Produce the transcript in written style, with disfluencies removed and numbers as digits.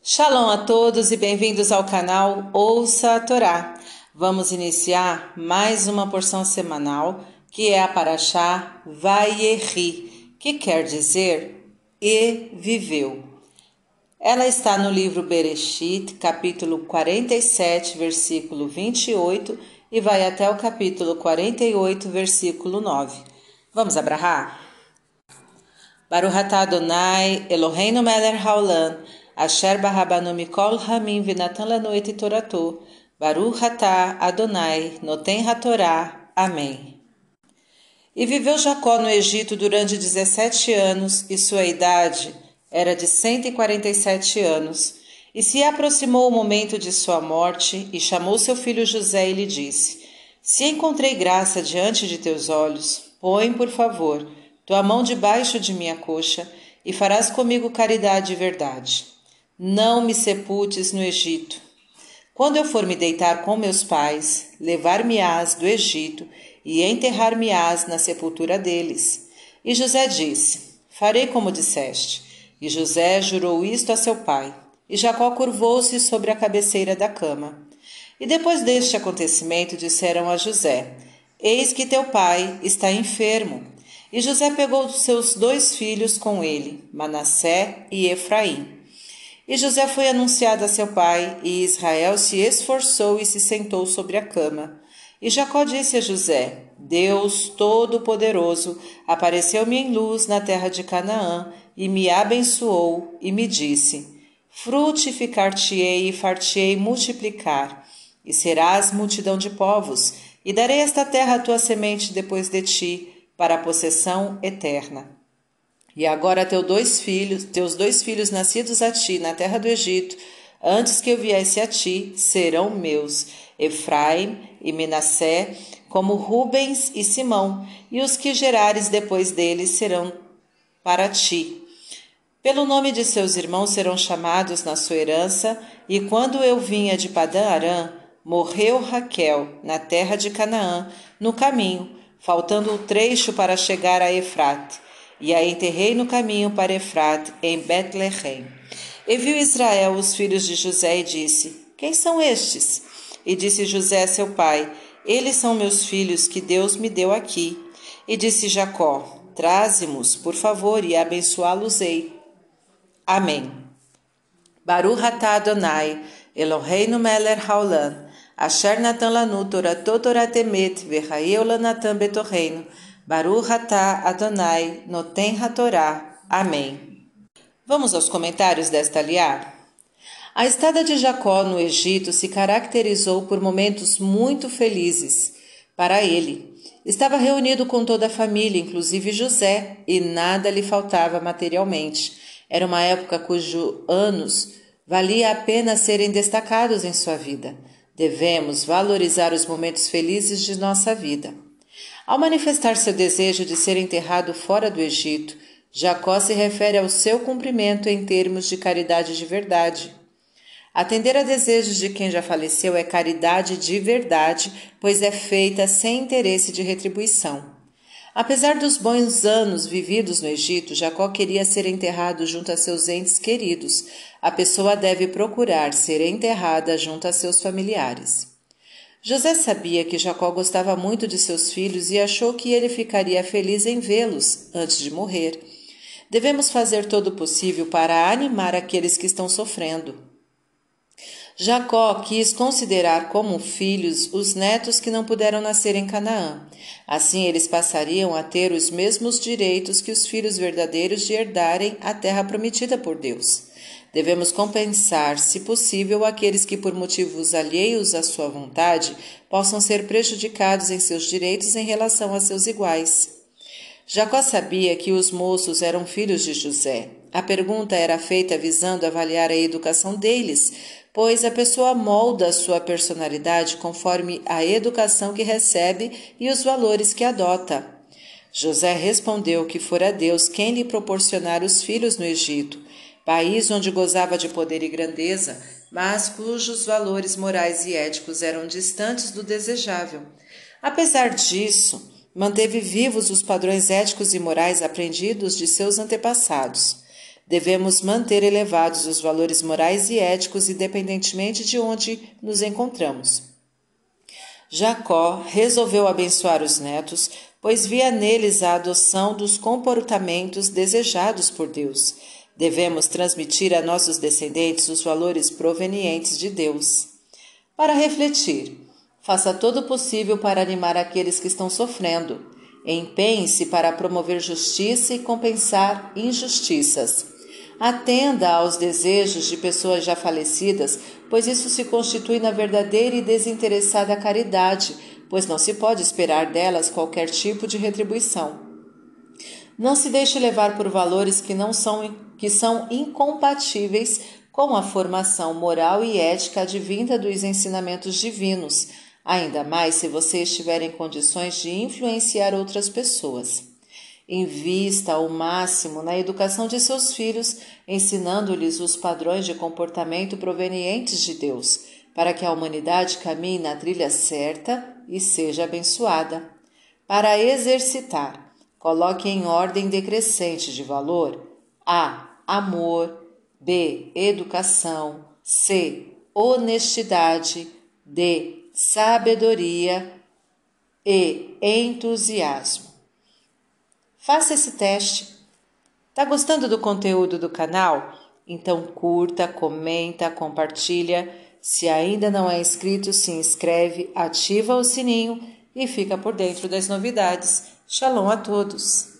Shalom a todos e bem-vindos ao canal Ouça a Torá. Vamos iniciar mais uma porção semanal que é a Parashá Vayeri, que quer dizer e viveu. Ela está no livro Bereshit, capítulo 47, versículo 28 e vai até o capítulo 48, versículo 9. Vamos abrahar? Baruch atah Adonai, Eloheinu melech haolam, asher barabanu mikol hamim v'natan lanu et torato. Baruch atah Adonai, noten hatorá. Amém. E viveu Jacó no Egito durante 17 anos, e sua idade era de 147 anos. E se aproximou o momento de sua morte, e chamou seu filho José e lhe disse: Se encontrei graça diante de teus olhos, põe, por favor, tua mão debaixo de minha coxa, e farás comigo caridade e verdade. Não me sepultes no Egito. Quando eu for me deitar com meus pais, levar-me-ás do Egito, e enterrar-me-ás na sepultura deles. E José disse: Farei como disseste. E José jurou isto a seu pai. E Jacó curvou-se sobre a cabeceira da cama. E depois deste acontecimento disseram a José: Eis que teu pai está enfermo. E José pegou seus 2 filhos com ele, Manassé e Efraim. E José foi anunciado a seu pai, e Israel se esforçou e se sentou sobre a cama. E Jacó disse a José: Deus Todo-Poderoso apareceu-me em luz na terra de Canaã, e me abençoou, e me disse: Frutificar-te-ei e far-te-ei multiplicar, e serás multidão de povos, e darei esta terra à tua semente depois de ti, para a possessão eterna. E agora teus dois filhos nascidos a ti na terra do Egito, antes que eu viesse a ti, serão meus, Efraim e Menassé, como Rubens e Simão, e os que gerares depois deles serão para ti. Pelo nome de seus irmãos serão chamados na sua herança, e quando eu vinha de Padã Arã, morreu Raquel, na terra de Canaã, no caminho, faltando o trecho para chegar a Efrate, e a enterrei no caminho para Efrate, em Betlehem. E viu Israel os filhos de José e disse: Quem são estes? E disse José a seu pai: Eles são meus filhos que Deus me deu aqui. E disse Jacó: Traze-mos, por favor, e abençoá-los-ei. Amém. Baruch atah Adonai, Eloheinu melech haolam, asher natan lanu torato torat emet, v'chayeu lanatan betorreino. Baruch atah Adonai, noten hatorá. Amém. Vamos aos comentários desta aliá? A estada de Jacó no Egito se caracterizou por momentos muito felizes para ele. Estava reunido com toda a família, inclusive José, e nada lhe faltava materialmente. Era uma época cujos anos valia a pena serem destacados em sua vida. Devemos valorizar os momentos felizes de nossa vida. Ao manifestar seu desejo de ser enterrado fora do Egito, Jacó se refere ao seu cumprimento em termos de caridade de verdade. Atender a desejos de quem já faleceu é caridade de verdade, pois é feita sem interesse de retribuição. Apesar dos bons anos vividos no Egito, Jacó queria ser enterrado junto a seus entes queridos. A pessoa deve procurar ser enterrada junto a seus familiares. José sabia que Jacó gostava muito de seus filhos e achou que ele ficaria feliz em vê-los antes de morrer. Devemos fazer todo o possível para animar aqueles que estão sofrendo. Jacó quis considerar como filhos os netos que não puderam nascer em Canaã. Assim, eles passariam a ter os mesmos direitos que os filhos verdadeiros de herdarem a terra prometida por Deus. Devemos compensar, se possível, aqueles que, por motivos alheios à sua vontade, possam ser prejudicados em seus direitos em relação a seus iguais. Jacó sabia que os moços eram filhos de José. A pergunta era feita visando avaliar a educação deles, pois a pessoa molda a sua personalidade conforme a educação que recebe e os valores que adota. José respondeu que fora Deus quem lhe proporcionara os filhos no Egito, país onde gozava de poder e grandeza, mas cujos valores morais e éticos eram distantes do desejável. Apesar disso, manteve vivos os padrões éticos e morais aprendidos de seus antepassados. devemos manter elevados os valores morais e éticos independentemente de onde nos encontramos. Jacó resolveu abençoar os netos, pois via neles a adoção dos comportamentos desejados por Deus. Devemos transmitir a nossos descendentes os valores provenientes de Deus. Para refletir, faça todo o possível para animar aqueles que estão sofrendo. Empenhe-se para promover justiça e compensar injustiças. Atenda aos desejos de pessoas já falecidas, pois isso se constitui na verdadeira e desinteressada caridade, pois não se pode esperar delas qualquer tipo de retribuição. Não se deixe levar por valores que são incompatíveis com a formação moral e ética advinda dos ensinamentos divinos, ainda mais se você estiver em condições de influenciar outras pessoas. Invista ao máximo na educação de seus filhos, ensinando-lhes os padrões de comportamento provenientes de Deus, para que a humanidade caminhe na trilha certa e seja abençoada. Para exercitar, coloque em ordem decrescente de valor A. Amor, B. Educação, C. Honestidade, D. Sabedoria e entusiasmo. Faça esse teste. Tá gostando do conteúdo do canal? Então curta, comenta, compartilha. Se ainda não é inscrito, se inscreve, ativa o sininho e fica por dentro das novidades. Shalom a todos!